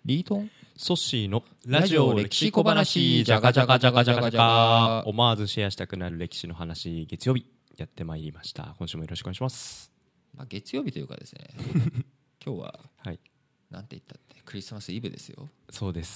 リートンソッシーのラジオ歴史小話じゃがじゃがじゃがじゃがじゃが思わずシェアしたくなる歴史の話、月曜日やってまいりました。今週もよろしくお願いします。 月曜日というかですね今日は、 はい、 なんて言ったってクリスマスイブですよ。 そうです。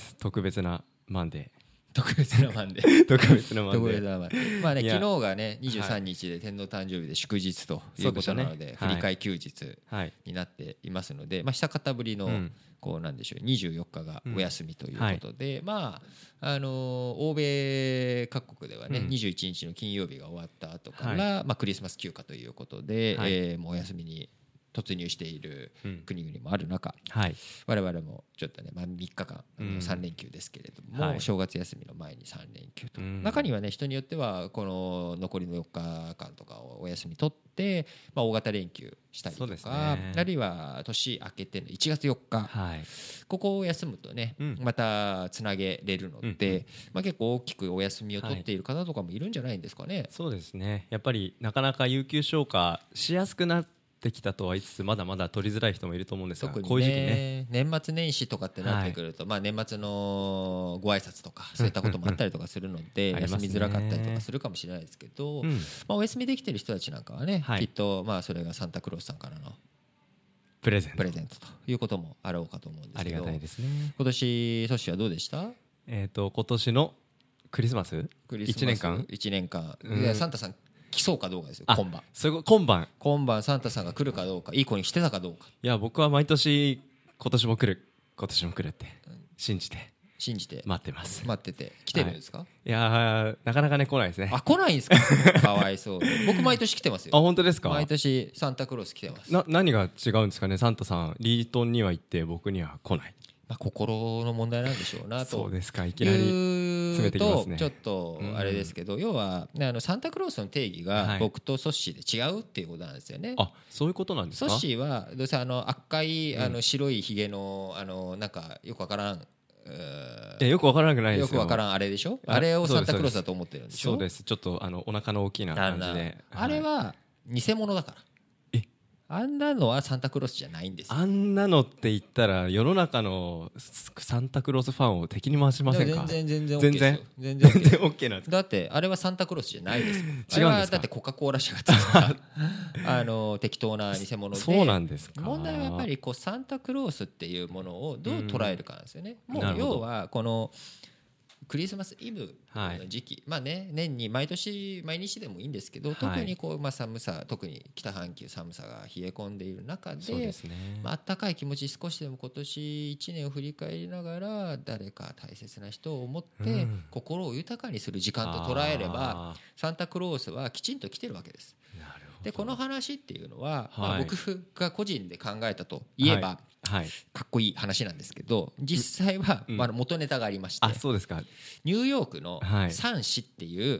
特別なマンデー特別なマンデー特別なマンデーまあね、昨日がね23日で天皇誕生日で祝日ということなので、振り替え休日になっていますので、まあ久方ぶりのこうなんでしょう、24日がお休みということで、まあ欧米各国ではね21日の金曜日が終わった後からまあクリスマス休暇ということでもうお休みに突入している国々もある中、我々もちょっとね、まあ、3日間3連休ですけれども、正月休みの前に3連休と、中にはね人によってはこの残りの4日間とかをお休み取って、まあ、大型連休したりとか、あるいは年明けての1月4日、ここを休むとねまたつなげれるので、まあ、結構大きくお休みを取っている方とかもいるんじゃないんですかね。 そうですね。やっぱりなかなか有給消化しやすくなってきたとは言いつつ、まだまだ取りづらい人もいると思うんですが、 特にね、 こういう時期ね、 年末年始とかってなってくると、まあ年末のご挨拶とかそういったこともあったりとかするので休みづらかったりとかするかもしれないですけど、まあお休みできてる人たちなんかはね、きっとまあそれがサンタクロースさんからのプレゼントということもあろうかと思うんですけど、 ありがたいですね。 今年ソッシーはどうでした？ 今年のクリスマス1年間、 いやサンタさん来そうかどうかですよ。今晩サンタさんが来るかどうか、いい子にしてたかどうか。 いや僕は毎年今年も来るって信じて待ってます。 待ってて来てるんですか？ いやなかなかね来ないですね。 来ないんですか？かわいそう僕毎年来てますよ。 本当ですか？ 毎年サンタクロース来てます。 何が違うんですかね。サンタさんリートンには行って僕には来ない。 まあ、心の問題なんでしょうなと。 そうですか。いきなり詰めてきますね。 ちょっとあれですけど、要はサンタクロースの定義が僕とソッシーで違うっていうことなんですよね。 そういうことなんですか？ ソッシーはどうせ赤い白いひげのなんかよくわからん、 よくわからなくないですよ。 よくわからんあれでしょ。あれをサンタクロースだと思ってるんでしょ。 そうです。ちょっとお腹の大きな感じで、 あれは偽物だから。あんなのはサンタクロースじゃないんですよ。 あんなのって言ったら世の中のサンタクロースファンを敵に回しませんか？ 全然 OK ですよ。 全然 OK なんですか？ だってあれはサンタクロースじゃないですよ。 違うんですか？ あれはだってコカ・コーラ社が作った適当な偽物で。 そうなんですか？ 問題はやっぱりサンタクロースっていうものをどう捉えるかなんですよね。もう要はこのクリスマスイブの時期、まあね、年に毎日でもいいんですけど、特に寒さ、特に北半球寒さが冷え込んでいる中で、暖かい気持ち少しでも今年1年を振り返りながら誰か大切な人を思って心を豊かにする時間と捉えれば、サンタクロースはきちんと来てるわけです。でこの話っていうのは、僕が個人で考えたといえば、かっこいい話なんですけど、実際は元ネタがありまして、 そうですか。 ニューヨークのサン紙っていう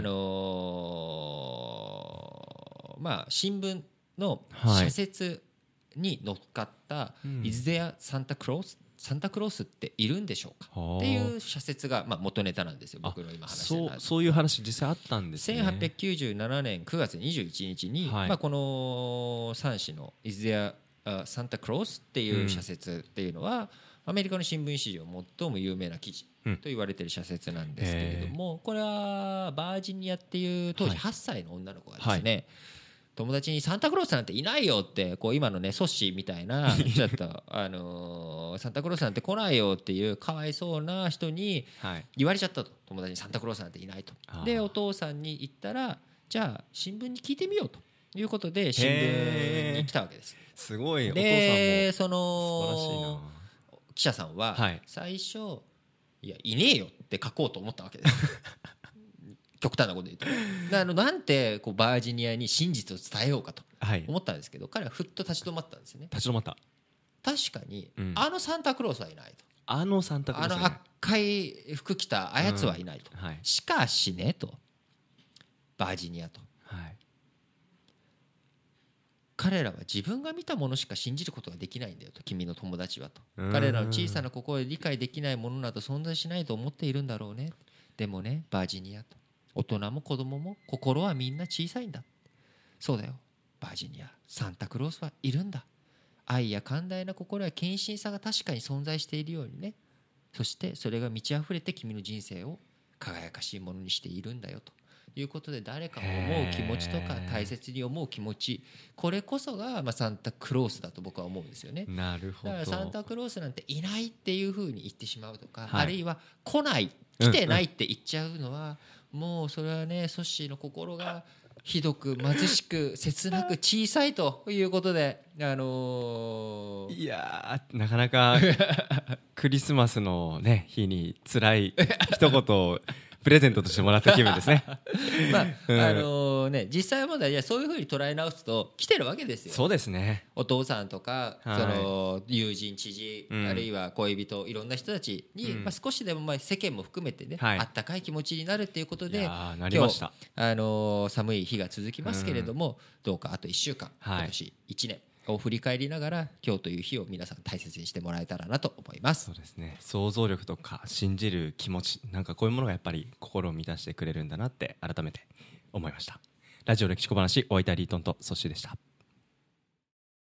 新聞の社説に載っかった「Is there Santa Claus？サンタクロースっているんでしょうか?」っていう社説が元ネタなんですよ。僕の今話してる。 そういう話実際あったんですね。 1897年9月21日に、このサン紙の「Is thereサンタクロース?」っていう社説っていうのは、アメリカの新聞史上最も有名な記事と言われている社説なんですけれども、これはバージニアっていう当時8歳の女の子がですね、友達にサンタクロースなんていないよって今のねソッシーみたいなちょっとサンタクロースなんて来ないよっていうかわいそうな人に言われちゃったと。友達にサンタクロースなんていないと。でお父さんに言ったら、じゃあ新聞に聞いてみようということで新聞に来たわけです。 すごい。 でその記者さんは最初いやいねえよって書こうと思ったわけです極端なこと言うとなんてバージニアに真実を伝えようかと思ったんですけど、彼はふっと立ち止まったんですよね。 立ち止まった。 確かに、サンタクロースはいないと。 サンタクロース赤い服着たあやつはいないと、しかしねと、バージニアと、彼らは自分が見たものしか信じることができないんだよと、君の友達はと。彼らの小さな心で理解できないものなど存在しないと思っているんだろうね。でもねバージニアと、大人も子供も心はみんな小さいんだ。そうだよバージニア、サンタクロースはいるんだ。 愛や寛大な心や献身さが確かに存在しているようにね、そしてそれが満ち溢れて君の人生を輝かしいものにしているんだよということで、誰かを思う気持ちとか大切に思う気持ち、これこそがサンタクロースだと僕は思うんですよね。 なるほど。 だからサンタクロースなんていないっていうふうに言ってしまうとか、あるいは来てないって言っちゃうのは、もうそれはね、ソッシーの心がひどく貧しく切なく小さいということで、いやなかなかクリスマスの、ね、日に辛い一言をプレゼントとしてもらった気分ですね。 実際問題はそういうふうに捉え直すと来てるわけですよ。 そうですね。 お父さんとか、その友人知人、あるいは恋人、いろんな人たちに、少しでも世間も含めてね、あったかい気持ちになるっていうことで、 なりました。 今日寒い日が続きますけれども、どうかあと1週間、今年1年を振り返りながら、今日という日を皆さん大切にしてもらえたらなと思います。 そうですね。想像力とか信じる気持ち、なんかこういうものがやっぱり心を満たしてくれるんだなって改めて思いました。ラジオ歴史小話、お相手はリートンとソッシーでした。